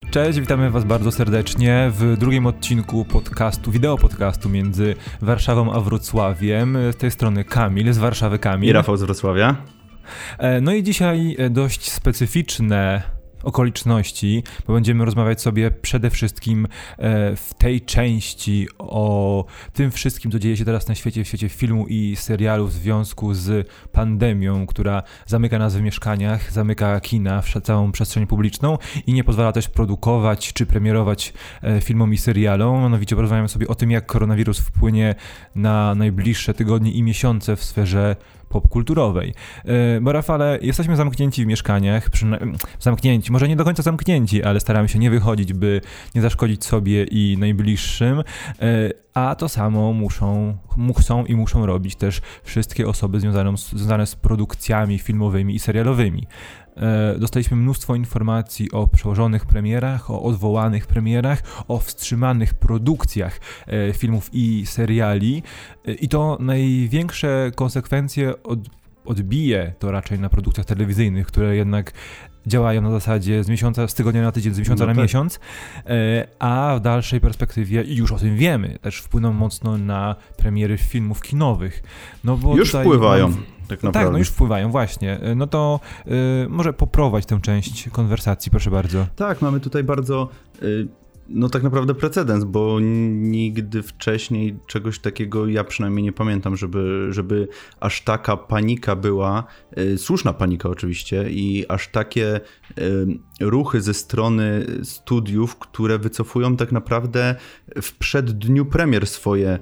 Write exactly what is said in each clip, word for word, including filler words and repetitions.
Cześć, witamy Was bardzo serdecznie w drugim odcinku podcastu, wideo podcastu między Warszawą a Wrocławiem. Z tej strony Kamil, z Warszawy Kamil. I Rafał z Wrocławia. No i dzisiaj dość specyficzne okoliczności, bo będziemy rozmawiać sobie przede wszystkim w tej części o tym wszystkim, co dzieje się teraz na świecie, w świecie filmu i serialu w związku z pandemią, która zamyka nas w mieszkaniach, zamyka kina, całą przestrzeń publiczną i nie pozwala też produkować czy premierować filmom i serialom. Mianowicie porozmawiamy sobie o tym, jak koronawirus wpłynie na najbliższe tygodnie i miesiące w sferze popkulturowej. Bo Rafale, jesteśmy zamknięci w mieszkaniach, przyna- zamknięci, może nie do końca zamknięci, ale staramy się nie wychodzić, by nie zaszkodzić sobie i najbliższym, a to samo muszą, chcą i muszą robić też wszystkie osoby związane, związane z produkcjami filmowymi i serialowymi. Dostaliśmy mnóstwo informacji o przełożonych premierach, o odwołanych premierach, o wstrzymanych produkcjach filmów i seriali i to największe konsekwencje od, odbije to raczej na produkcjach telewizyjnych, które jednak działają na zasadzie z miesiąca, z tygodnia na tydzień, z miesiąca no na tak. miesiąc, a w dalszej perspektywie, i już o tym wiemy, też wpłyną mocno na premiery filmów kinowych. No bo już tutaj wpływają. Mam... Tak, naprawdę. tak, no już wpływają, właśnie. No to y, może poprowadź tę część konwersacji, proszę bardzo. Tak, mamy tutaj bardzo, y, no tak naprawdę precedens, bo nigdy wcześniej czegoś takiego, ja przynajmniej nie pamiętam, żeby, żeby aż taka panika była, y, słuszna panika oczywiście, i aż takie y, ruchy ze strony studiów, które wycofują tak naprawdę w przeddniu premier swoje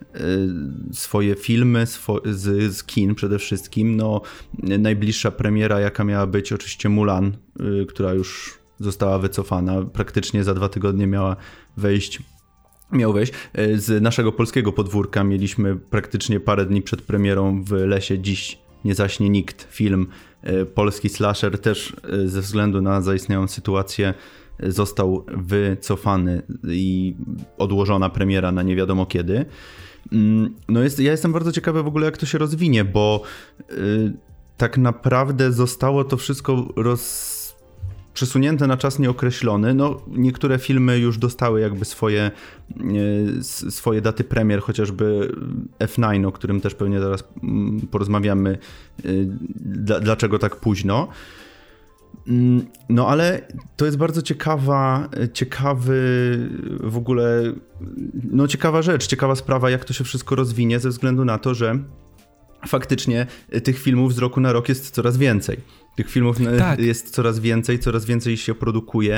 swoje filmy swo- z, z kin przede wszystkim. No, najbliższa premiera, jaka miała być, oczywiście Mulan, y, która już została wycofana. Praktycznie za dwa tygodnie miała wejść. Miał wejść. Z naszego polskiego podwórka mieliśmy praktycznie parę dni przed premierą w lesie Dziś nie zaśnie nikt. Film y, polski slasher, też y, ze względu na zaistniałą sytuację został wycofany i odłożona premiera na nie wiadomo kiedy. No jest, ja jestem bardzo ciekawy w ogóle, jak to się rozwinie, bo yy, tak naprawdę zostało to wszystko roz... przesunięte na czas nieokreślony. No, niektóre filmy już dostały jakby swoje, yy, swoje daty premier, chociażby F dziewięć, o którym też pewnie zaraz yy, porozmawiamy, yy, d- dlaczego tak późno. No ale to jest bardzo ciekawa, ciekawy w ogóle, no ciekawa rzecz, ciekawa sprawa, jak to się wszystko rozwinie, ze względu na to, że faktycznie tych filmów z roku na rok jest coraz więcej. Tych filmów tak. jest coraz więcej, coraz więcej się produkuje.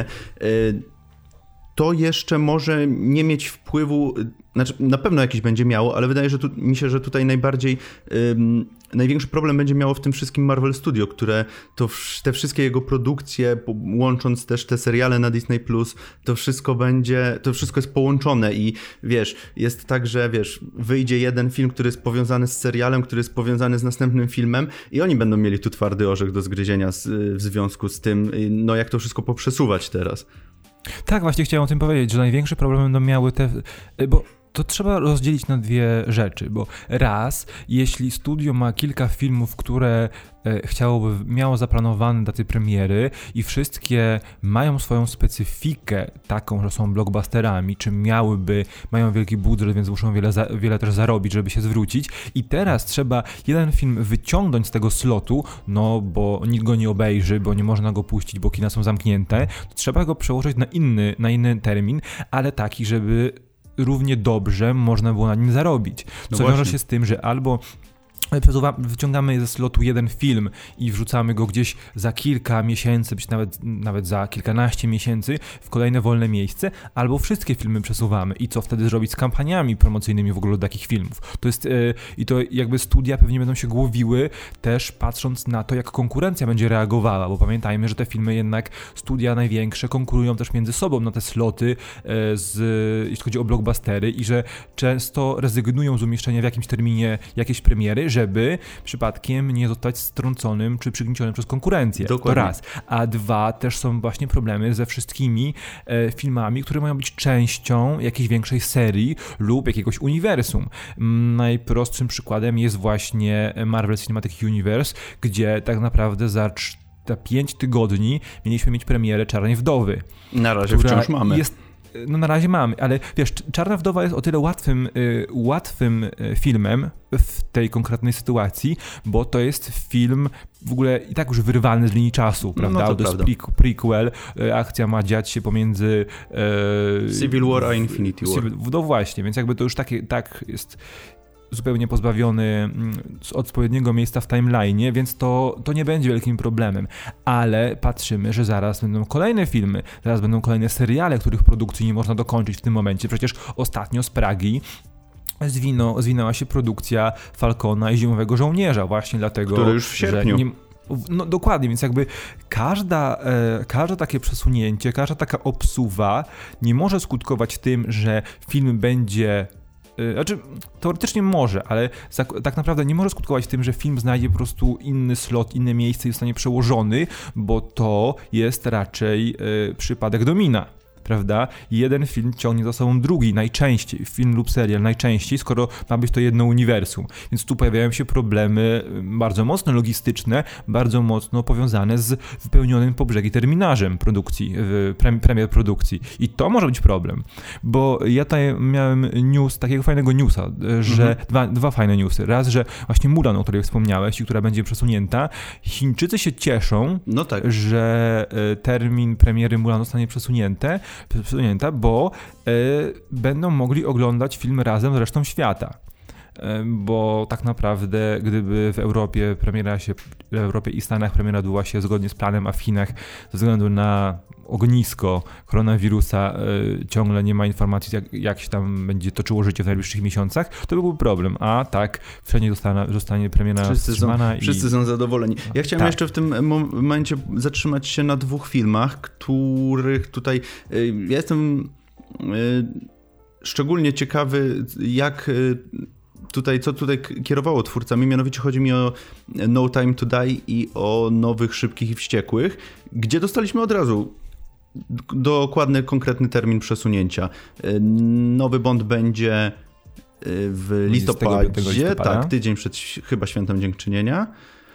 To jeszcze może nie mieć wpływu, znaczy na pewno jakiś będzie miało, ale wydaje że tu, mi się, że tutaj najbardziej, ym, największy problem będzie miało w tym wszystkim Marvel Studio, które to te wszystkie jego produkcje, łącząc też te seriale na Disney plus, to wszystko będzie, to wszystko jest połączone i wiesz, jest tak, że wiesz, wyjdzie jeden film, który jest powiązany z serialem, który jest powiązany z następnym filmem i oni będą mieli tu twardy orzech do zgryzienia z, w związku z tym, no jak to wszystko poprzesuwać teraz. Tak, właśnie chciałem o tym powiedzieć, że największy problem będą miały te... bo to trzeba rozdzielić na dwie rzeczy, bo raz, jeśli studio ma kilka filmów, które e, chciałoby, miało zaplanowane daty premiery i wszystkie mają swoją specyfikę taką, że są blockbusterami, czy miałyby, mają wielki budżet, więc muszą wiele, za, wiele też zarobić, żeby się zwrócić i teraz trzeba jeden film wyciągnąć z tego slotu, no bo nikt go nie obejrzy, bo nie można go puścić, bo kina są zamknięte, to trzeba go przełożyć na inny, na inny termin, ale taki, żeby równie dobrze można było na nim zarobić. Co no wiąże się z tym, że albo wyciągamy ze slotu jeden film i wrzucamy go gdzieś za kilka miesięcy, być nawet, nawet za kilkanaście miesięcy w kolejne wolne miejsce, albo wszystkie filmy przesuwamy i co wtedy zrobić z kampaniami promocyjnymi w ogóle do takich filmów. To jest yy, i to jakby studia pewnie będą się głowiły też patrząc na to, jak konkurencja będzie reagowała, bo pamiętajmy, że te filmy jednak studia największe konkurują też między sobą na te sloty, yy, z, jeśli chodzi o blockbustery i że często rezygnują z umieszczenia w jakimś terminie jakiejś premiery, żeby przypadkiem nie zostać strąconym czy przygniecionym przez konkurencję. Dokładnie. To raz. A dwa, też są właśnie problemy ze wszystkimi e, filmami, które mają być częścią jakiejś większej serii lub jakiegoś uniwersum. Najprostszym przykładem jest właśnie Marvel Cinematic Universe, gdzie tak naprawdę za za pięć tygodni mieliśmy mieć premierę Czarnej Wdowy. Na razie wciąż mamy. Jest, no na razie mamy, ale wiesz, Czarna Wdowa jest o tyle łatwym, y, łatwym y, filmem w tej konkretnej sytuacji, bo to jest film w ogóle i tak już wyrwany z linii czasu, prawda? No to, to jest prawda. prequel, y, akcja ma dziać się pomiędzy y, Civil War a Infinity War. Civil, no właśnie, więc jakby to już takie, tak jest zupełnie pozbawiony z odpowiedniego miejsca w timeline'ie, więc to, to nie będzie wielkim problemem. Ale patrzymy, że zaraz będą kolejne filmy, zaraz będą kolejne seriale, których produkcji nie można dokończyć w tym momencie. Przecież ostatnio z Pragi zwino, zwinęła się produkcja Falcona i Zimowego Żołnierza właśnie dlatego, Który już w sierpniu. że nie, no dokładnie, więc jakby każda, e, każde takie przesunięcie, każda taka obsuwa nie może skutkować tym, że film będzie Znaczy, teoretycznie może, ale tak naprawdę nie może skutkować tym, że film znajdzie po prostu inny slot, inne miejsce i zostanie przełożony, bo to jest raczej y, przypadek domina. Prawda? Jeden film ciągnie za sobą drugi, najczęściej, film lub serial, najczęściej, skoro ma być to jedno uniwersum. Więc tu pojawiają się problemy bardzo mocno logistyczne, bardzo mocno powiązane z wypełnionym po brzegi terminarzem produkcji, pre- premier produkcji. I to może być problem, bo ja tutaj miałem news, takiego fajnego newsa, że mhm. dwa, dwa fajne newsy. Raz, że właśnie Mulan, o której wspomniałeś i która będzie przesunięta, Chińczycy się cieszą, no tak. że termin premiery Mulan zostanie przesunięty, przesunięta, bo y, będą mogli oglądać film razem z resztą świata. Y, bo tak naprawdę, gdyby w Europie premiera się, w Europie i Stanach premiera odbyła się zgodnie z planem, a w Chinach ze względu na ognisko koronawirusa y, ciągle nie ma informacji, jak, jak się tam będzie toczyło życie w najbliższych miesiącach, to byłby problem. A tak, wszędzie zostanie, zostanie premiera wszyscy wstrzymana. Są, i... Wszyscy są zadowoleni. Ja chciałem tak. jeszcze w tym momencie zatrzymać się na dwóch filmach, których tutaj... Y, ja jestem y, szczególnie ciekawy, jak... Y, Tutaj, co tutaj kierowało twórcami, mianowicie chodzi mi o No Time to Die i o Nowych, Szybkich i Wściekłych, gdzie dostaliśmy od razu dokładny, konkretny termin przesunięcia. Nowy Bond będzie w listopadzie, listopada. tak, tydzień przed chyba Świętem Dziękczynienia,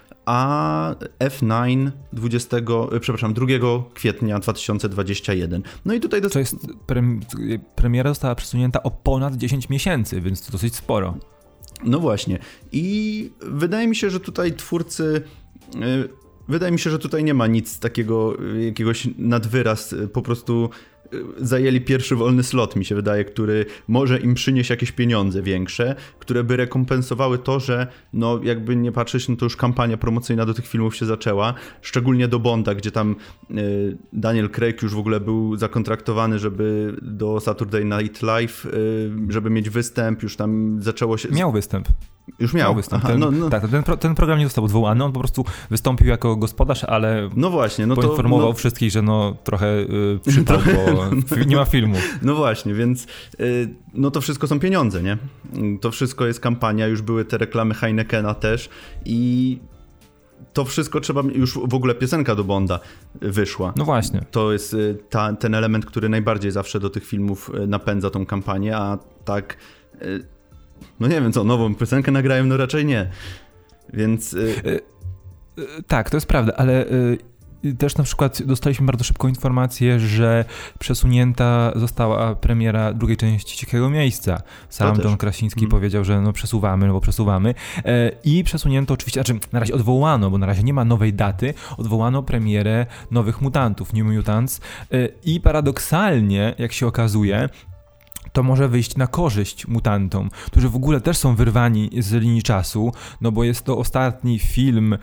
a F dziewięć dwudziestego, przepraszam, drugiego kwietnia dwa tysiące dwudziestego pierwszego. No i tutaj... Dos- to jest, pre- premiera została przesunięta o ponad dziesięć miesięcy, więc to dosyć sporo. No właśnie. I wydaje mi się, że tutaj twórcy... Yy, wydaje mi się, że tutaj nie ma nic takiego, jakiegoś nadwyraz, po prostu zajęli pierwszy wolny slot, mi się wydaje, który może im przynieść jakieś pieniądze większe, które by rekompensowały to, że no jakby nie patrzeć, no to już kampania promocyjna do tych filmów się zaczęła, szczególnie do Bonda, gdzie tam y, Daniel Craig już w ogóle był zakontraktowany, żeby do Saturday Night Live, y, żeby mieć występ, już tam zaczęło się... Miał występ. Już miał. miał występ. Aha, ten, no, no. Tak, ten, pro, ten program nie został odwołany, on po prostu wystąpił jako gospodarz, ale no właśnie, no poinformował to, no... wszystkich, że no trochę y, przypał, bo nie ma filmu. No właśnie, więc y, no to wszystko są pieniądze, nie? To wszystko jest kampania, już były te reklamy Heinekena też i to wszystko trzeba, już w ogóle piosenka do Bonda wyszła. No właśnie. To jest ta, ten element, który najbardziej zawsze do tych filmów napędza tą kampanię, a tak... Y, No nie wiem co, nową piosenkę nagrają, no raczej nie. Więc... Yy... Yy, yy, tak, to jest prawda, ale yy, też na przykład dostaliśmy bardzo szybką informację, że przesunięta została premiera drugiej części Cichego Miejsca. Sam John Krasiński mm. powiedział, że no przesuwamy, no bo przesuwamy. Yy, I przesunięto oczywiście, znaczy na razie odwołano, bo na razie nie ma nowej daty, odwołano premierę Nowych Mutantów, New Mutants. Yy, I paradoksalnie, jak się okazuje, to może wyjść na korzyść mutantom, którzy w ogóle też są wyrwani z linii czasu, no bo jest to ostatni film e,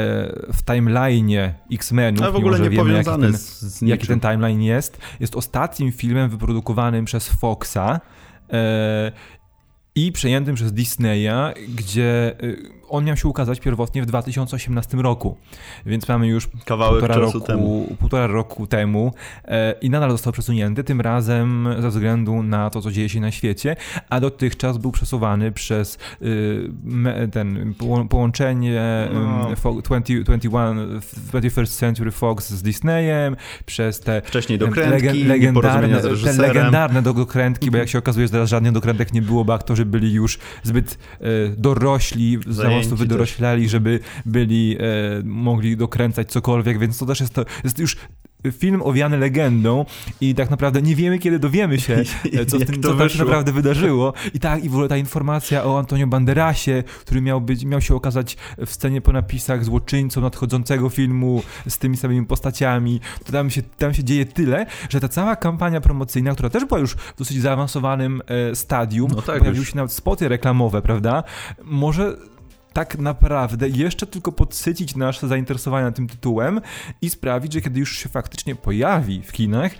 w timeline'ie X-Menów, a w ogóle nie wiemy, jaki ten, z, z jaki ten timeline jest. Jest ostatnim filmem wyprodukowanym przez Foxa e, i przejętym przez Disneya, gdzie on miał się ukazać pierwotnie w dwa tysiące osiemnastym roku, więc mamy już kawałek półtora czasu roku, temu. półtora roku temu e, i nadal został przesunięty, tym razem ze względu na to, co dzieje się na świecie, a dotychczas był przesuwany przez y, me, ten po, połączenie no. y, dwudziestego, twenty-first Century Fox z Disneyem, przez te wcześniej dokrętki, legen, legendarne, te legendarne dokrętki, bo jak się okazuje, że teraz żadnych dokrętek nie było, bo aktorzy byli już zbyt y, dorośli, zajęci prostu wydoroślali, żeby byli, e, mogli dokręcać cokolwiek, więc to też jest, to, jest już film owiany legendą i tak naprawdę nie wiemy, kiedy dowiemy się, co, w tym, co tam się naprawdę wydarzyło. I tak, i w ogóle ta informacja o Antonio Banderasie, który miał być, miał się okazać w scenie po napisach złoczyńcą nadchodzącego filmu z tymi samymi postaciami, to tam się, tam się dzieje tyle, że ta cała kampania promocyjna, która też była już w dosyć zaawansowanym e, stadium, no tak, pojawiły się nawet spoty reklamowe, prawda? Może tak naprawdę jeszcze tylko podsycić nasze zainteresowanie tym tytułem i sprawić, że kiedy już się faktycznie pojawi w kinach,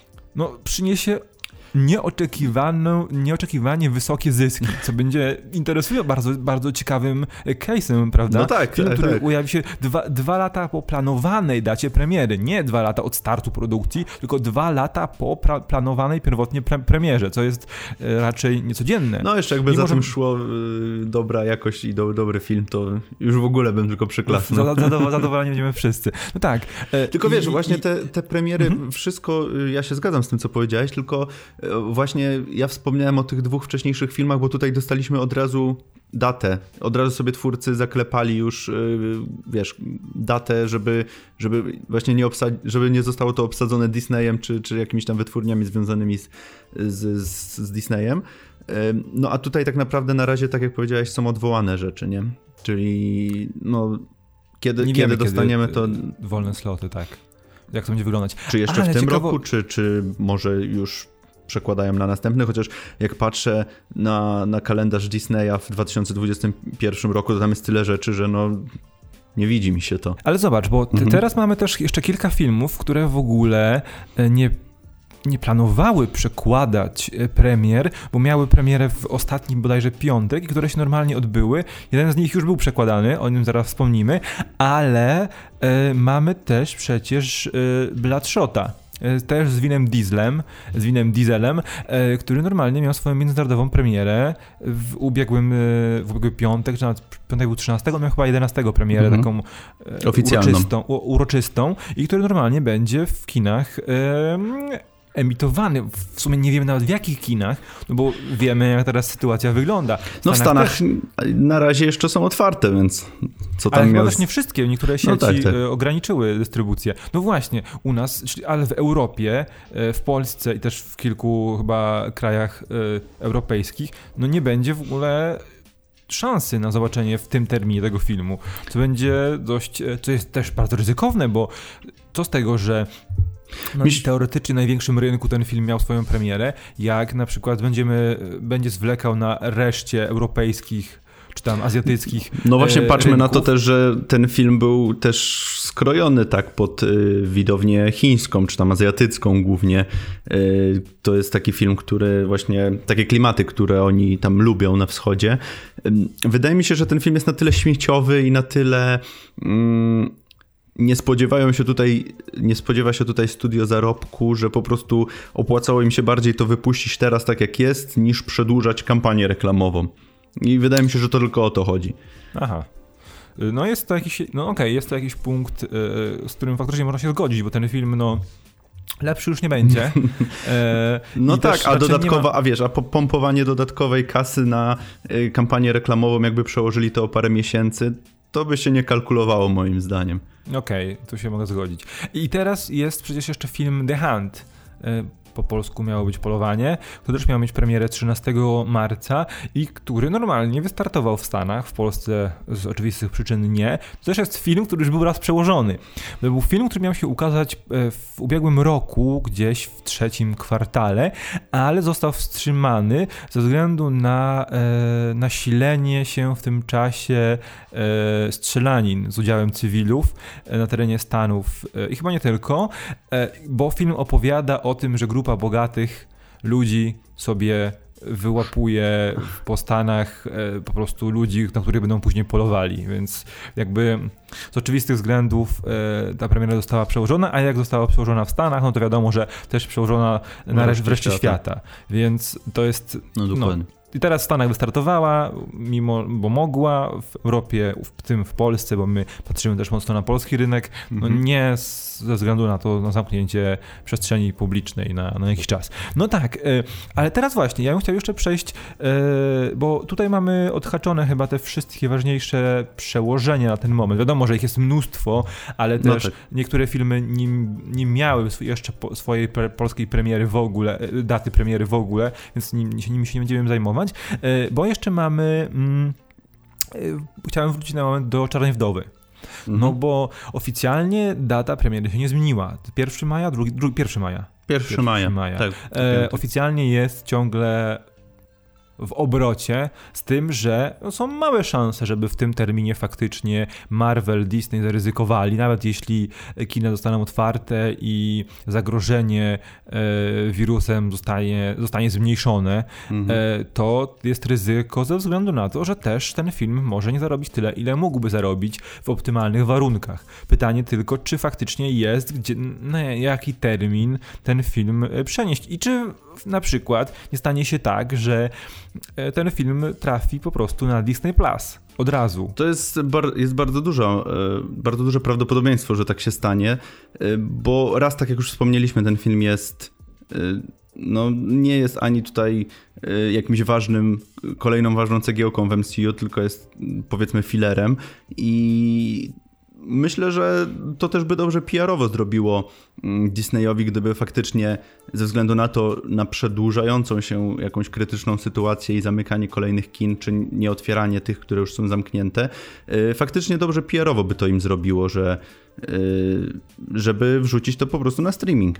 no przyniesie nieoczekiwaną, nieoczekiwanie wysokie zyski, co będzie interesującym, bardzo, bardzo ciekawym case'em, prawda? No tak, Film, tak, który tak. ujawi się dwa, dwa lata po planowanej dacie premiery, nie dwa lata od startu produkcji, tylko dwa lata po pra- planowanej pierwotnie pre- premierze, co jest e, raczej niecodzienne. No jeszcze jakby Mimo, za tym że... szło y, dobra jakość i do, dobry film, to już w ogóle bym tylko przyklasnął. Zadow- zadowoleni będziemy wszyscy. No tak. E, tylko i, wiesz, i, właśnie i... te, te premiery, mhm. wszystko, ja się zgadzam z tym, co powiedziałeś, tylko właśnie ja wspomniałem o tych dwóch wcześniejszych filmach, bo tutaj dostaliśmy od razu datę. Od razu sobie twórcy zaklepali już, wiesz, datę, żeby, żeby właśnie nie, obsad- żeby nie zostało to obsadzone Disneyem czy, czy jakimiś tam wytwórniami związanymi z, z, z, z Disneyem. No a tutaj tak naprawdę na razie, tak jak powiedziałeś, są odwołane rzeczy, nie? Czyli no, kiedy, nie kiedy wiemy, dostaniemy kiedy to... wolne sloty, tak. Jak to będzie wyglądać. Czy jeszcze Ale w tym ciekawo... roku, czy, czy może już przekładają na następny, chociaż jak patrzę na, na kalendarz Disneya w dwa tysiące dwudziestym pierwszym roku, to tam jest tyle rzeczy, że no nie widzi mi się to. Ale zobacz, bo ty, mhm. teraz mamy też jeszcze kilka filmów, które w ogóle nie nie planowały przekładać premier, bo miały premierę w ostatni bodajże piątek, które się normalnie odbyły. Jeden z nich już był przekładany, o nim zaraz wspomnimy, ale e, mamy też przecież e, Bloodshota. Też z Vinem Dieslem, z Vinem Dieselem, e, który normalnie miał swoją międzynarodową premierę w ubiegłym, w ubiegły piątek, czy nawet piątek był trzynastego, miał chyba jedenastego premierę, mm-hmm. taką e, oficjalną. Uroczystą, u, uroczystą i który normalnie będzie w kinach e, emitowany. W sumie nie wiemy nawet w jakich kinach, no bo wiemy, jak teraz sytuacja wygląda. W no w Stanach też... na razie jeszcze są otwarte, więc co tam ale miał... chyba też nie wszystkie, niektóre sieci no tak, tak. ograniczyły dystrybucję. No właśnie, u nas, ale w Europie, w Polsce i też w kilku chyba krajach europejskich, no nie będzie w ogóle szansy na zobaczenie w tym terminie tego filmu, co będzie dość, co jest też bardzo ryzykowne, bo co z tego, że no i teoretycznie na największym rynku ten film miał swoją premierę, jak na przykład będziemy, będzie zwlekał na reszcie europejskich czy tam azjatyckich No właśnie patrzmy rynków. Na to też, że ten film był też skrojony tak pod y, widownię chińską, czy tam azjatycką głównie. Y, to jest taki film, który właśnie, takie klimaty, które oni tam lubią na wschodzie. Y, wydaje mi się, że ten film jest na tyle śmieciowy i na tyle... Y, Nie spodziewają się tutaj, nie spodziewa się tutaj studio zarobku, że po prostu opłacało im się bardziej to wypuścić teraz tak jak jest, niż przedłużać kampanię reklamową. I wydaje mi się, że to tylko o to chodzi. Aha. No jest to jakiś, no okej, okay, jest to jakiś punkt, yy, z którym faktycznie można się zgodzić, bo ten film, no lepszy już nie będzie. E, no tak, a dodatkowa, ma... a wiesz, a pompowanie dodatkowej kasy na y, kampanię reklamową, jakby przełożyli to o parę miesięcy, to by się nie kalkulowało moim zdaniem. Okej, okay, tu się mogę zgodzić. I teraz jest przecież jeszcze film The Hunt. Po polsku miało być Polowanie, który też miał mieć premierę trzynastego marca i który normalnie wystartował w Stanach, w Polsce z oczywistych przyczyn nie. To też jest film, który już był raz przełożony. To był film, który miał się ukazać w ubiegłym roku, gdzieś w trzecim kwartale, ale został wstrzymany ze względu na e, nasilenie się w tym czasie e, strzelanin z udziałem cywilów e, na terenie Stanów e, i chyba nie tylko, e, bo film opowiada o tym, że grupa Grupa bogatych ludzi sobie wyłapuje po Stanach e, po prostu ludzi, na których będą później polowali, więc jakby z oczywistych względów e, ta premiera została przełożona, a jak została przełożona w Stanach, no to wiadomo, że też przełożona na resztę świata. świata, więc to jest no, dokładnie. No, I teraz w Stanach wystartowała, mimo, bo mogła, w Europie, w tym w Polsce, bo my patrzymy też mocno na polski rynek, no mhm. nie z, ze względu na to na zamknięcie przestrzeni publicznej na, na jakiś czas. No tak, y, ale teraz właśnie, ja bym chciał jeszcze przejść, y, bo tutaj mamy odhaczone chyba te wszystkie ważniejsze przełożenia na ten moment. Wiadomo, że ich jest mnóstwo, ale też no tak. niektóre filmy nie, nie miały jeszcze po, swojej pre, polskiej premiery w ogóle, daty premiery w ogóle, więc nim, nimi się nie będziemy zajmować. Bo jeszcze mamy, mm, chciałem wrócić na moment do Czarnej Wdowy. Mhm. No bo oficjalnie data premiery się nie zmieniła. pierwszego maja, drugi, drugi, pierwszego maja. pierwszego maja, maja. Tak. E, oficjalnie jest ciągle w obrocie, z tym, że no, są małe szanse, żeby w tym terminie faktycznie Marvel, Disney zaryzykowali, nawet jeśli kina zostaną otwarte i zagrożenie e, wirusem zostanie, zostanie zmniejszone, mhm. e, to jest ryzyko ze względu na to, że też ten film może nie zarobić tyle, ile mógłby zarobić w optymalnych warunkach. Pytanie tylko, czy faktycznie jest, gdzie, na jaki termin ten film przenieść i czy na przykład nie stanie się tak, że ten film trafi po prostu na Disney Plus od razu. To jest, bar- jest bardzo dużo, bardzo duże prawdopodobieństwo, że tak się stanie, bo raz, tak jak już wspomnieliśmy, ten film jest, no nie jest ani tutaj jakimś ważnym, kolejną ważną cegiełką w M C U, tylko jest powiedzmy filerem i myślę, że to też by dobrze P R owo zrobiło Disneyowi, gdyby faktycznie ze względu na to, na przedłużającą się jakąś krytyczną sytuację i zamykanie kolejnych kin, czy nieotwieranie tych, które już są zamknięte, faktycznie dobrze P R owo by to im zrobiło, że żeby wrzucić to po prostu na streaming.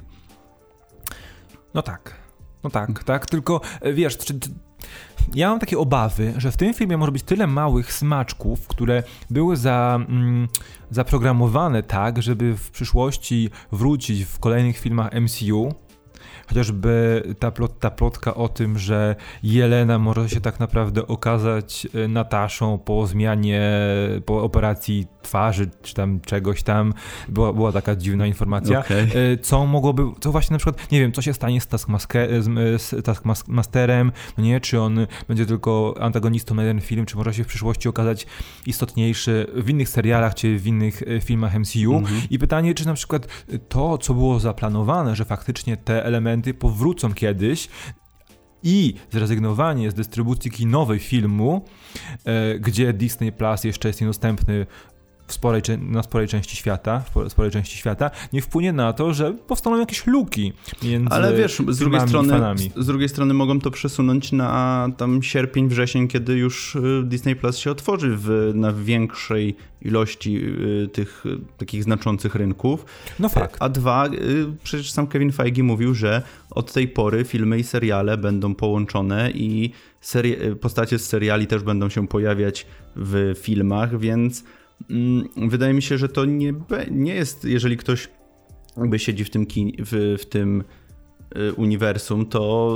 No tak, no tak, tak, tylko wiesz, czy... Ja mam takie obawy, że w tym filmie może być tyle małych smaczków, które były za, mm, zaprogramowane tak, żeby w przyszłości wrócić w kolejnych filmach M C U. Chociażby ta, plot, ta plotka o tym, że Jelena może się tak naprawdę okazać Nataszą po zmianie, po operacji twarzy, czy tam czegoś tam. Była, była taka dziwna informacja. Okay. Co mogłoby, co właśnie na przykład, nie wiem, co się stanie z, Taskmaster, z Taskmasterem, no nie, czy on będzie tylko antagonistą na jeden film, czy może się w przyszłości okazać istotniejszy w innych serialach, czy w innych filmach M C U. Mm-hmm. I pytanie, czy na przykład to, co było zaplanowane, że faktycznie te elementy powrócą kiedyś i zrezygnowanie z dystrybucji kinowej filmu, e, gdzie Disney Plus jeszcze jest niedostępny w sporej, na sporej części świata, w sporej części świata, nie wpłynie na to, że powstaną jakieś luki między Ale wiesz, z drugiej strony, z drugiej strony mogą to przesunąć na tam sierpień, wrzesień, kiedy już Disney Plus się otworzy w, na większej ilości y, tych y, takich znaczących rynków. No fakt. A dwa, y, przecież sam Kevin Feige mówił, że od tej pory filmy i seriale będą połączone i seri- postacie z seriali też będą się pojawiać w filmach, więc wydaje mi się, że to nie, nie jest, jeżeli ktoś jakby siedzi w tym, kin, w, w tym uniwersum, to,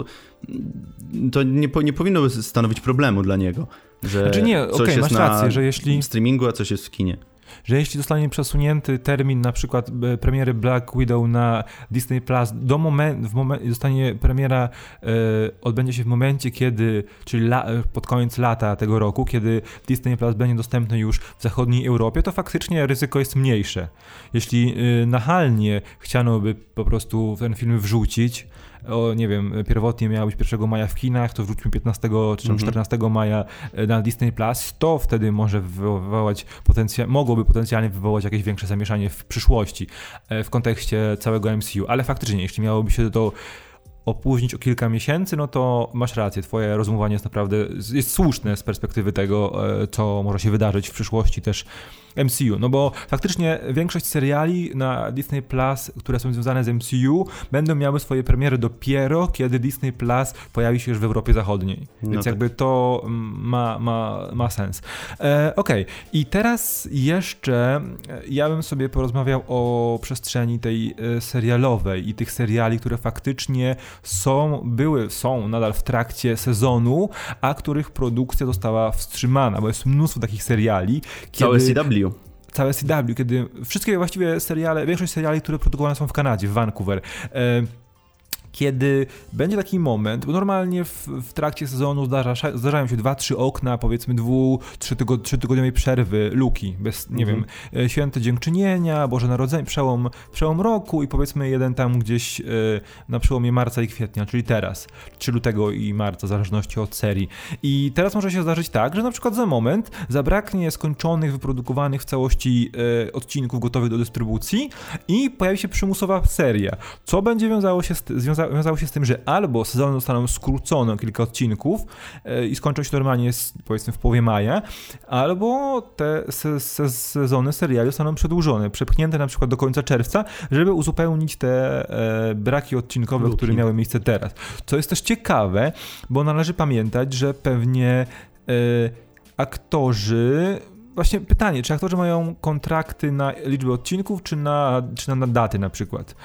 to nie, nie powinno stanowić problemu dla niego, że znaczy nie, coś okay, jest masz na rację, że jeśli... streamingu, a coś jest w kinie. Że jeśli zostanie przesunięty termin na przykład premiery Black Widow na Disney Plus do momentu, w momencie zostanie premiera, e, odbędzie się w momencie, kiedy, czyli la, pod koniec lata tego roku, kiedy Disney Plus będzie dostępny już w zachodniej Europie, to faktycznie ryzyko jest mniejsze. Jeśli e, nachalnie chciano by po prostu ten film wrzucić, o, nie wiem, pierwotnie miała być pierwszego maja w kinach, to wróćmy piętnastego czy czternastego maja na Disney Plus, to wtedy może wywołać potencjal, mogłoby potencjalnie wywołać jakieś większe zamieszanie w przyszłości w kontekście całego M C U, ale faktycznie, jeśli miałoby się to opóźnić o kilka miesięcy, no to masz rację, twoje rozumowanie jest naprawdę, jest słuszne z perspektywy tego, co może się wydarzyć w przyszłości też M C U, no bo faktycznie większość seriali na Disney Plus, które są związane z M C U, będą miały swoje premiery dopiero, kiedy Disney Plus pojawi się już w Europie Zachodniej, no więc tak. jakby to ma, ma, ma sens. E, Okej, okay. I teraz jeszcze ja bym sobie porozmawiał o przestrzeni tej serialowej i tych seriali, które faktycznie są, były, są nadal w trakcie sezonu, a których produkcja została wstrzymana, bo jest mnóstwo takich seriali. Kiedy... Całe C W. Całe C W, kiedy wszystkie właściwie seriale, większość seriali, które produkowane są w Kanadzie, w Vancouver, e, kiedy będzie taki moment, bo normalnie w, w trakcie sezonu zdarza, zdarzają się dwa, trzy okna, powiedzmy dwu, trzy, tygo, trzy tygodniowej przerwy, luki, bez, nie mhm. wiem, Święte Dziękczynienia, Boże Narodzenie, przełom, przełom roku i powiedzmy jeden tam gdzieś y, na przełomie marca i kwietnia, czyli teraz, czy lutego i marca, w zależności od serii. I teraz może się zdarzyć tak, że na przykład za moment zabraknie skończonych, wyprodukowanych w całości y, odcinków gotowych do dystrybucji i pojawi się przymusowa seria. Co będzie wiązało się z, związa, wiązało się z tym, że albo sezony zostaną skrócone o kilka odcinków y, i skończą się normalnie z, powiedzmy w połowie maja, albo te se, se, sezony seriali zostaną przedłużone, przepchnięte na przykład do końca czerwca, żeby uzupełnić te e, braki odcinkowe, Luki. które miały miejsce teraz. Co jest też ciekawe, bo należy pamiętać, że pewnie e, aktorzy... Właśnie pytanie, czy aktorzy mają kontrakty na liczbę odcinków, czy na, czy na, na daty na przykład?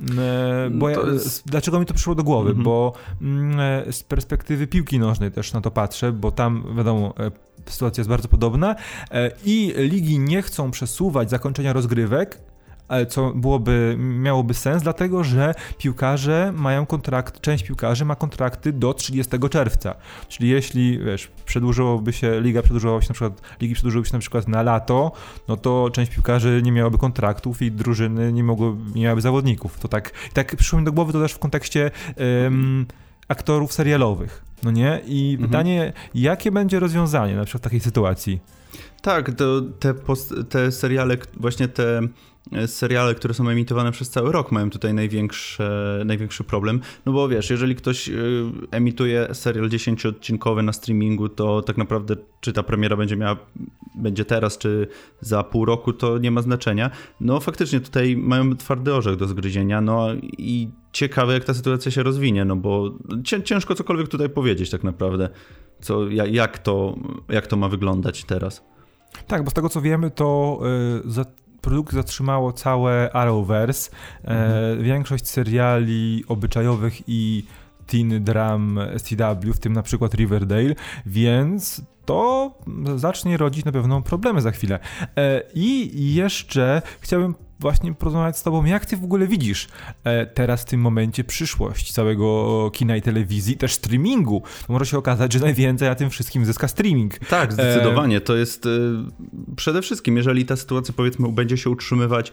E, bo ja, jest... Dlaczego mi to przyszło do głowy? Mm-hmm. Bo e, z perspektywy piłki nożnej też na to patrzę, bo tam wiadomo, e, sytuacja jest bardzo podobna e, i ligi nie chcą przesuwać zakończenia rozgrywek, co byłoby, miałoby sens, dlatego że piłkarze mają kontrakt, część piłkarzy ma kontrakty do trzydziestego czerwca. Czyli jeśli, wiesz, przedłużyłoby się, liga przedłużyłaby się na przykład, ligi przedłużyłyby się na przykład na lato, no to część piłkarzy nie miałaby kontraktów i drużyny nie mogłyby, nie miałaby zawodników. To tak, tak przyszło mi do głowy to też w kontekście um, aktorów serialowych, no nie? I mhm. pytanie, jakie będzie rozwiązanie na przykład w takiej sytuacji? Tak, to te, post, te seriale, właśnie te seriale, które są emitowane przez cały rok, mają tutaj największy, największy problem, no bo wiesz, jeżeli ktoś emituje serial dziesięcioodcinkowy na streamingu, to tak naprawdę czy ta premiera będzie miała, będzie teraz, czy za pół roku, to nie ma znaczenia. No faktycznie tutaj mają twardy orzech do zgryzienia, no i ciekawe jak ta sytuacja się rozwinie, no bo ciężko cokolwiek tutaj powiedzieć tak naprawdę, co, jak, to, jak to ma wyglądać teraz. Tak, bo z tego co wiemy, to yy, za produkty zatrzymało całe Arrowverse, mhm. e, większość seriali obyczajowych i teen dram S C W, w tym na przykład Riverdale, więc to zacznie rodzić na pewno problemy za chwilę. E, I jeszcze chciałbym właśnie porozmawiać z tobą, jak ty w ogóle widzisz e, teraz w tym momencie przyszłość całego kina i telewizji, też streamingu. Może się okazać, że najwięcej na tym wszystkim zyska streaming. Tak, zdecydowanie. E... To jest e, przede wszystkim, jeżeli ta sytuacja powiedzmy będzie się utrzymywać,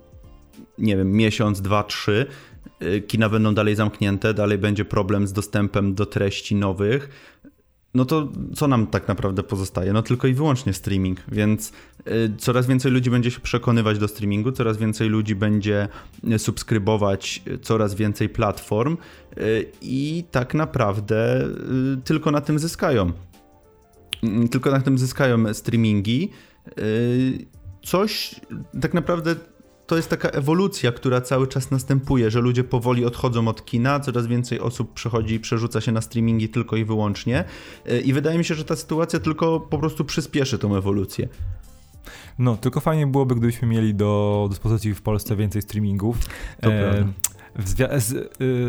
nie wiem, miesiąc, dwa, trzy, e, kina będą dalej zamknięte, dalej będzie problem z dostępem do treści nowych, no to co nam tak naprawdę pozostaje? No tylko i wyłącznie streaming, więc y, coraz więcej ludzi będzie się przekonywać do streamingu, coraz więcej ludzi będzie subskrybować coraz więcej platform y, i tak naprawdę y, tylko na tym zyskają. Y, tylko na tym zyskają streamingi. Y, coś tak naprawdę to jest taka ewolucja, która cały czas następuje, że ludzie powoli odchodzą od kina, coraz więcej osób przechodzi i przerzuca się na streamingi tylko i wyłącznie i wydaje mi się, że ta sytuacja tylko po prostu przyspieszy tą ewolucję. No, tylko fajnie byłoby, gdybyśmy mieli do dyspozycji w Polsce więcej streamingów. To e, z, z,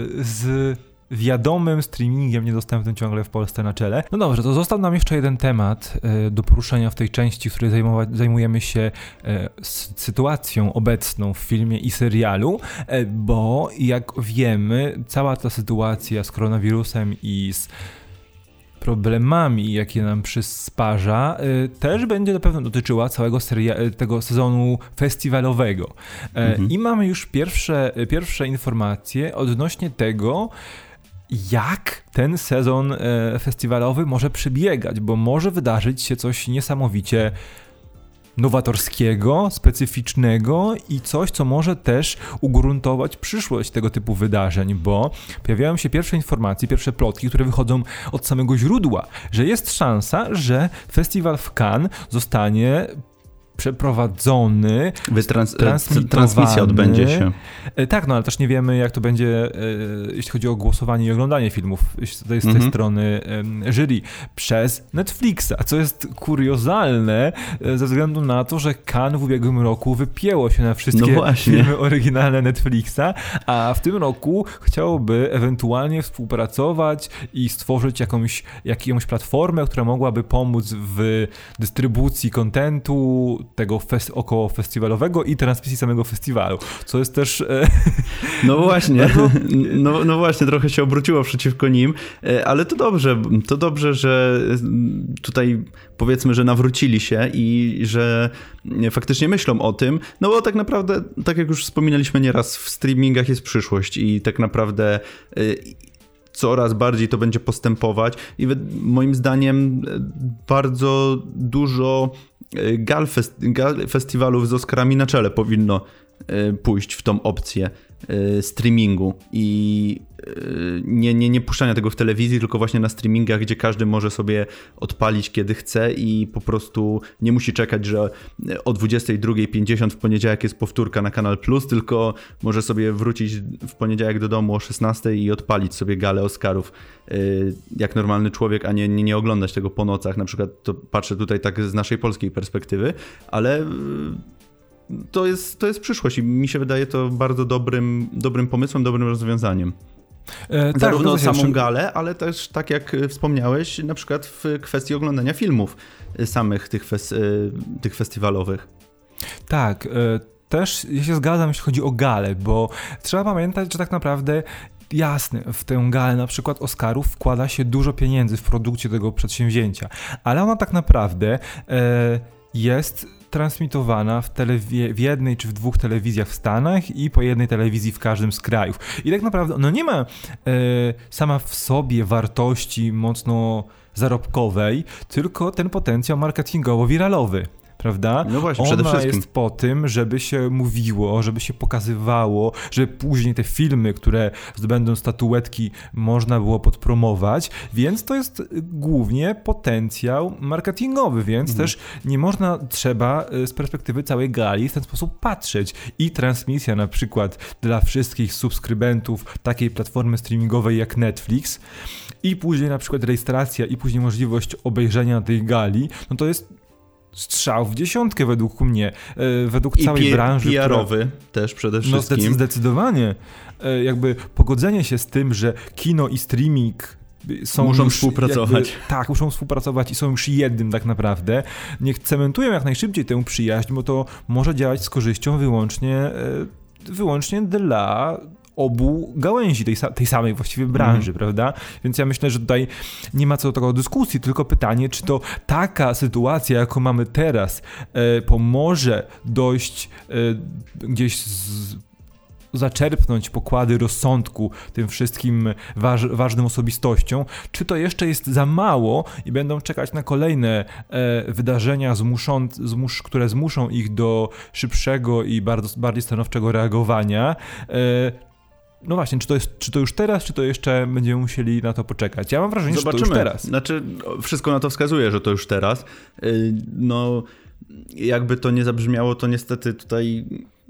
z wiadomym streamingiem niedostępnym ciągle w Polsce na czele. No dobrze, to został nam jeszcze jeden temat e, do poruszenia w tej części, w której zajmować, zajmujemy się e, sytuacją obecną w filmie i serialu, e, bo jak wiemy, cała ta sytuacja z koronawirusem i z problemami, jakie nam przysparza, y, też będzie na pewno dotyczyła całego seria- tego sezonu festiwalowego. Y, mhm. I mamy już pierwsze, pierwsze informacje odnośnie tego, jak ten sezon y, festiwalowy może przebiegać, bo może wydarzyć się coś niesamowicie nowatorskiego, specyficznego i coś, co może też ugruntować przyszłość tego typu wydarzeń, bo pojawiają się pierwsze informacje, pierwsze plotki, które wychodzą od samego źródła, że jest szansa, że festiwal w Cannes zostanie przeprowadzony, Wytrans- transmitowany. Transmisja odbędzie się. Tak, no ale też nie wiemy, jak to będzie, e, jeśli chodzi o głosowanie i oglądanie filmów z tej, z tej mhm. strony e, jury przez Netflixa, co jest kuriozalne e, ze względu na to, że Cannes w ubiegłym roku wypięło się na wszystkie no filmy oryginalne Netflixa, a w tym roku chciałoby ewentualnie współpracować i stworzyć jakąś, jakąś platformę, która mogłaby pomóc w dystrybucji kontentu tego fes- około festiwalowego i transmisji samego festiwalu, co jest też... E, no właśnie, no, no właśnie, trochę się obróciło przeciwko nim, ale to dobrze, to dobrze, że tutaj powiedzmy, że nawrócili się i że faktycznie myślą o tym, no bo tak naprawdę, tak jak już wspominaliśmy nieraz, w streamingach jest przyszłość i tak naprawdę coraz bardziej to będzie postępować i moim zdaniem bardzo dużo gal, fest, gal festiwalów z Oscarami na czele powinno pójść w tą opcję streamingu i nie, nie, nie puszczania tego w telewizji, tylko właśnie na streamingach, gdzie każdy może sobie odpalić kiedy chce i po prostu nie musi czekać, że o dwudziestej drugiej pięćdziesiąt w poniedziałek jest powtórka na Kanal Plus, tylko może sobie wrócić w poniedziałek do domu o szesnastej i odpalić sobie galę Oscarów jak normalny człowiek, a nie, nie, nie oglądać tego po nocach. Na przykład to patrzę tutaj tak z naszej polskiej perspektywy, ale to jest, to jest przyszłość i mi się wydaje to bardzo dobrym, dobrym pomysłem, dobrym rozwiązaniem. E, Zarówno tak, samą galę, ale też tak jak wspomniałeś, na przykład w kwestii oglądania filmów samych tych, fes, tych festiwalowych. Tak, też ja się zgadzam, jeśli chodzi o galę, bo trzeba pamiętać, że tak naprawdę jasne, w tę galę na przykład Oscarów wkłada się dużo pieniędzy w produkcję tego przedsięwzięcia, ale ona tak naprawdę e, jest transmitowana w, telewi- w jednej czy w dwóch telewizjach w Stanach i po jednej telewizji w każdym z krajów. I tak naprawdę no nie ma e, sama w sobie wartości mocno zarobkowej, tylko ten potencjał marketingowo-wiralowy. Prawda? No właśnie, przede Ona wszystkim. jest po tym, żeby się mówiło, żeby się pokazywało, żeby później te filmy, które zdobędą statuetki, można było podpromować, więc to jest głównie potencjał marketingowy, więc mhm. też nie można, trzeba z perspektywy całej gali w ten sposób patrzeć. I transmisja na przykład dla wszystkich subskrybentów takiej platformy streamingowej jak Netflix i później na przykład rejestracja i później możliwość obejrzenia tej gali, no to jest strzał w dziesiątkę według mnie, według I całej P- branży. P R owy która... też przede wszystkim. No zdecydowanie. Jakby pogodzenie się z tym, że kino i streaming są muszą już współpracować. Jakby, tak, muszą współpracować i są już jednym tak naprawdę. Niech cementują jak najszybciej tę przyjaźń, bo to może działać z korzyścią wyłącznie, wyłącznie dla obu gałęzi tej, tej samej właściwie branży, mm. prawda? Więc ja myślę, że tutaj nie ma co do tego dyskusji, tylko pytanie, czy to taka sytuacja, jaką mamy teraz, e, pomoże dojść e, gdzieś z, zaczerpnąć pokłady rozsądku tym wszystkim waż, ważnym osobistościom, czy to jeszcze jest za mało i będą czekać na kolejne e, wydarzenia, zmuszą, zmus, które zmuszą ich do szybszego i bardzo, bardziej stanowczego reagowania. E, No właśnie, czy to, jest, czy to już teraz, czy to jeszcze będziemy musieli na to poczekać? Ja mam wrażenie, Zobaczymy. że to już teraz. Znaczy, wszystko na to wskazuje, że to już teraz. No, jakby to nie zabrzmiało, to niestety tutaj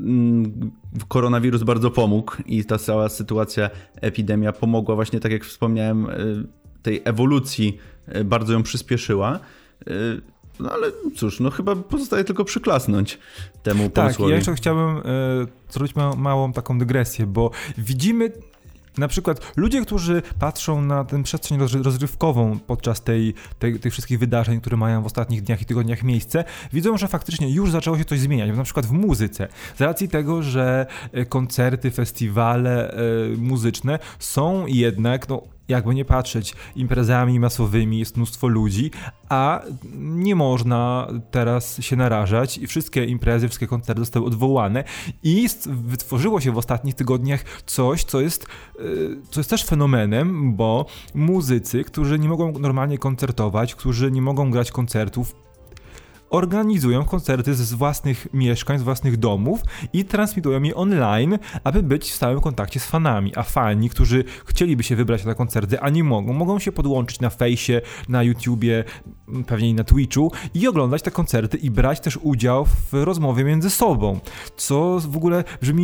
koronawirus bardzo pomógł i ta cała sytuacja, epidemia pomogła właśnie, tak jak wspomniałem, tej ewolucji bardzo ją przyspieszyła. No ale cóż, no chyba pozostaje tylko przyklasnąć temu pomysłowi. Tak, ja jeszcze chciałbym e, zrobić ma, małą taką dygresję, bo widzimy na przykład ludzie, którzy patrzą na tę przestrzeń rozrywkową podczas tej, tej, tych wszystkich wydarzeń, które mają w ostatnich dniach i tygodniach miejsce, widzą, że faktycznie już zaczęło się coś zmieniać, na przykład w muzyce. Z racji tego, że koncerty, festiwale e, muzyczne są jednak, no jakby nie patrzeć, imprezami masowymi, jest mnóstwo ludzi, a nie można teraz się narażać i wszystkie imprezy, wszystkie koncerty zostały odwołane i wytworzyło się w ostatnich tygodniach coś, co jest, co jest też fenomenem, bo muzycy, którzy nie mogą normalnie koncertować, którzy nie mogą grać koncertów, organizują koncerty z własnych mieszkań, z własnych domów i transmitują je online, aby być w stałym kontakcie z fanami. A fani, którzy chcieliby się wybrać na koncerty, a nie mogą, mogą się podłączyć na fejsie, na YouTubie, pewnie i na Twitchu i oglądać te koncerty i brać też udział w rozmowie między sobą, co w ogóle brzmi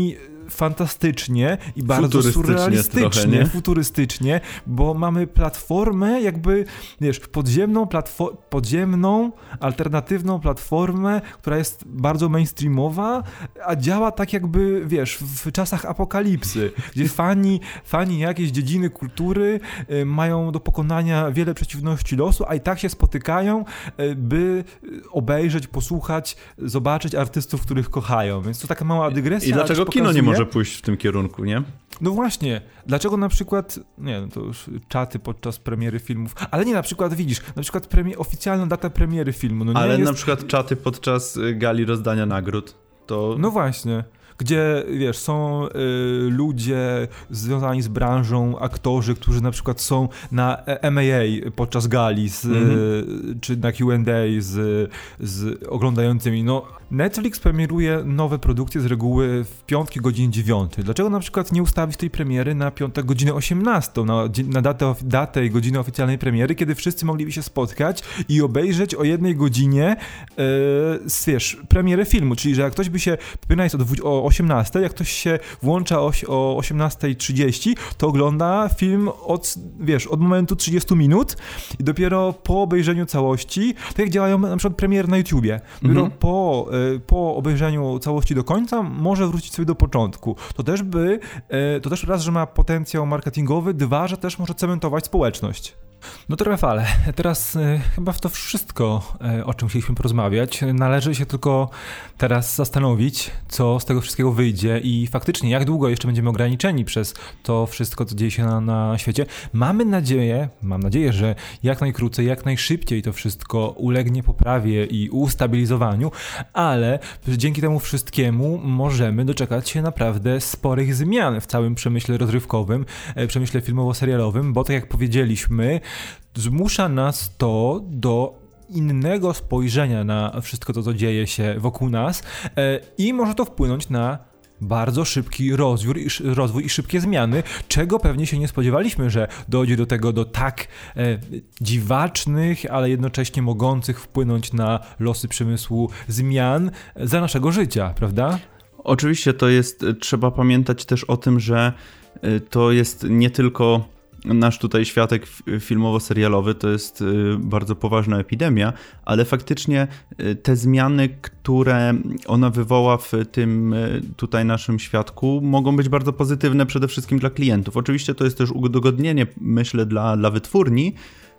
fantastycznie i bardzo surrealistycznie, trochę, futurystycznie, bo mamy platformę jakby, wiesz, podziemną, platfo- podziemną, alternatywną platformę, która jest bardzo mainstreamowa, a działa tak jakby, wiesz, w czasach apokalipsy, gdzie fani, fani jakiejś dziedziny kultury y, mają do pokonania wiele przeciwności losu, a i tak się spotykają, y, by obejrzeć, posłuchać, zobaczyć artystów, których kochają. Więc to taka mała dygresja. I dlaczego kino pokazuje... nie może pójść w tym kierunku, nie? No właśnie. Dlaczego na przykład, nie no to już czaty podczas premiery filmów, ale nie, na przykład widzisz, na przykład premie, oficjalna data premiery filmu. No nie ale jest... na przykład czaty podczas gali rozdania nagród. To... No właśnie. Gdzie, wiesz, są y, ludzie związani z branżą, aktorzy, którzy na przykład są na M A A podczas gali, z, mm-hmm. y, czy na Q and A z, z oglądającymi. No, Netflix premieruje nowe produkcje z reguły w piątki godzinie dziewiątej. Dlaczego na przykład nie ustawić tej premiery na piątek godzinę osiemnastą, na, na datę, datę i godzinę oficjalnej premiery, kiedy wszyscy mogliby się spotkać i obejrzeć o jednej godzinie yy, wiesz, premierę filmu, czyli że jak ktoś by się, powinna jest o osiemnastej, jak ktoś się włącza o, o osiemnasta trzydzieści, to ogląda film od, wiesz, od momentu trzydziestu minut i dopiero po obejrzeniu całości, tak jak działają na przykład premiery na YouTubie, dopiero mhm. po po obejrzeniu całości do końca może wrócić sobie do początku. To też by, to też raz, że ma potencjał marketingowy, dwa, że też może cementować społeczność. No to Rafale, teraz y, chyba w to wszystko, y, o czym chcieliśmy porozmawiać. Należy się tylko teraz zastanowić, co z tego wszystkiego wyjdzie i faktycznie jak długo jeszcze będziemy ograniczeni przez to wszystko, co dzieje się na, na świecie. Mamy nadzieję, mam nadzieję, że jak najkrócej, jak najszybciej to wszystko ulegnie poprawie i ustabilizowaniu, ale dzięki temu wszystkiemu możemy doczekać się naprawdę sporych zmian w całym przemyśle rozrywkowym, przemyśle filmowo-serialowym, bo tak jak powiedzieliśmy, zmusza nas to do innego spojrzenia na wszystko to, co dzieje się wokół nas i może to wpłynąć na bardzo szybki rozwój, rozwój i szybkie zmiany, czego pewnie się nie spodziewaliśmy, że dojdzie do tego, do tak e, dziwacznych, ale jednocześnie mogących wpłynąć na losy przemysłu zmian za naszego życia, prawda? Oczywiście to jest, trzeba pamiętać też o tym, że to jest nie tylko nasz tutaj światek filmowo-serialowy, to jest bardzo poważna epidemia, ale faktycznie te zmiany, które ona wywoła w tym tutaj naszym świadku, mogą być bardzo pozytywne przede wszystkim dla klientów. Oczywiście to jest też udogodnienie, myślę, dla, dla wytwórni,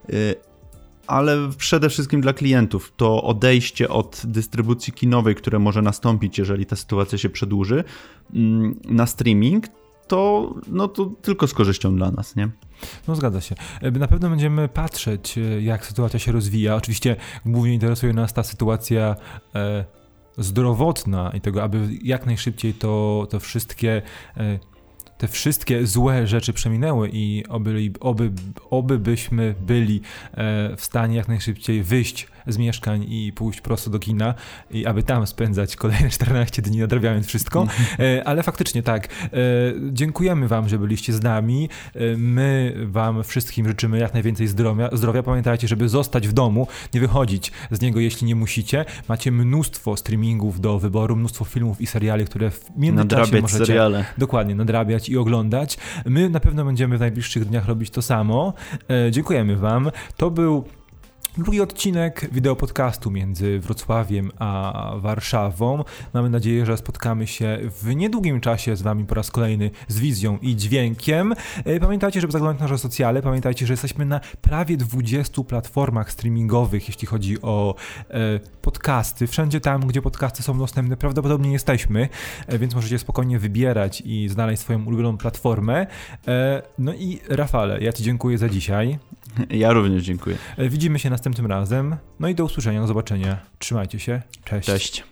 ale przede wszystkim dla klientów. To odejście od dystrybucji kinowej, które może nastąpić, jeżeli ta sytuacja się przedłuży, na streaming, to, no to tylko z korzyścią dla nas, nie? No zgadza się. Na pewno będziemy patrzeć, jak sytuacja się rozwija. Oczywiście głównie interesuje nas ta sytuacja e, zdrowotna i tego, aby jak najszybciej to, to wszystkie e, te wszystkie złe rzeczy przeminęły i oby, oby, oby byśmy byli e, w stanie jak najszybciej wyjść z mieszkań i pójść prosto do kina i aby tam spędzać kolejne czternaście dni nadrabiając wszystko, e, ale faktycznie tak, e, dziękujemy wam, że byliście z nami, e, my wam wszystkim życzymy jak najwięcej zdrowia, zdrowia. Pamiętajcie, żeby zostać w domu, nie wychodzić z niego, jeśli nie musicie. Macie mnóstwo streamingów do wyboru, mnóstwo filmów i seriali, które w międzyczasie nadrabiać możecie seriale. Dokładnie, nadrabiać i oglądać. My na pewno będziemy w najbliższych dniach robić to samo. E, dziękujemy wam. To był drugi odcinek wideopodcastu między Wrocławiem a Warszawą. Mamy nadzieję, że spotkamy się w niedługim czasie z wami po raz kolejny z wizją i dźwiękiem. Pamiętajcie, żeby zaglądać na nasze socjale. Pamiętajcie, że jesteśmy na prawie dwudziestu platformach streamingowych, jeśli chodzi o e, podcasty. Wszędzie tam, gdzie podcasty są dostępne, prawdopodobnie jesteśmy, e, więc możecie spokojnie wybierać i znaleźć swoją ulubioną platformę. E, no i Rafale, ja ci dziękuję za dzisiaj. Ja również dziękuję. E, widzimy się następnym razem. No i do usłyszenia, do zobaczenia. Trzymajcie się. Cześć. Cześć.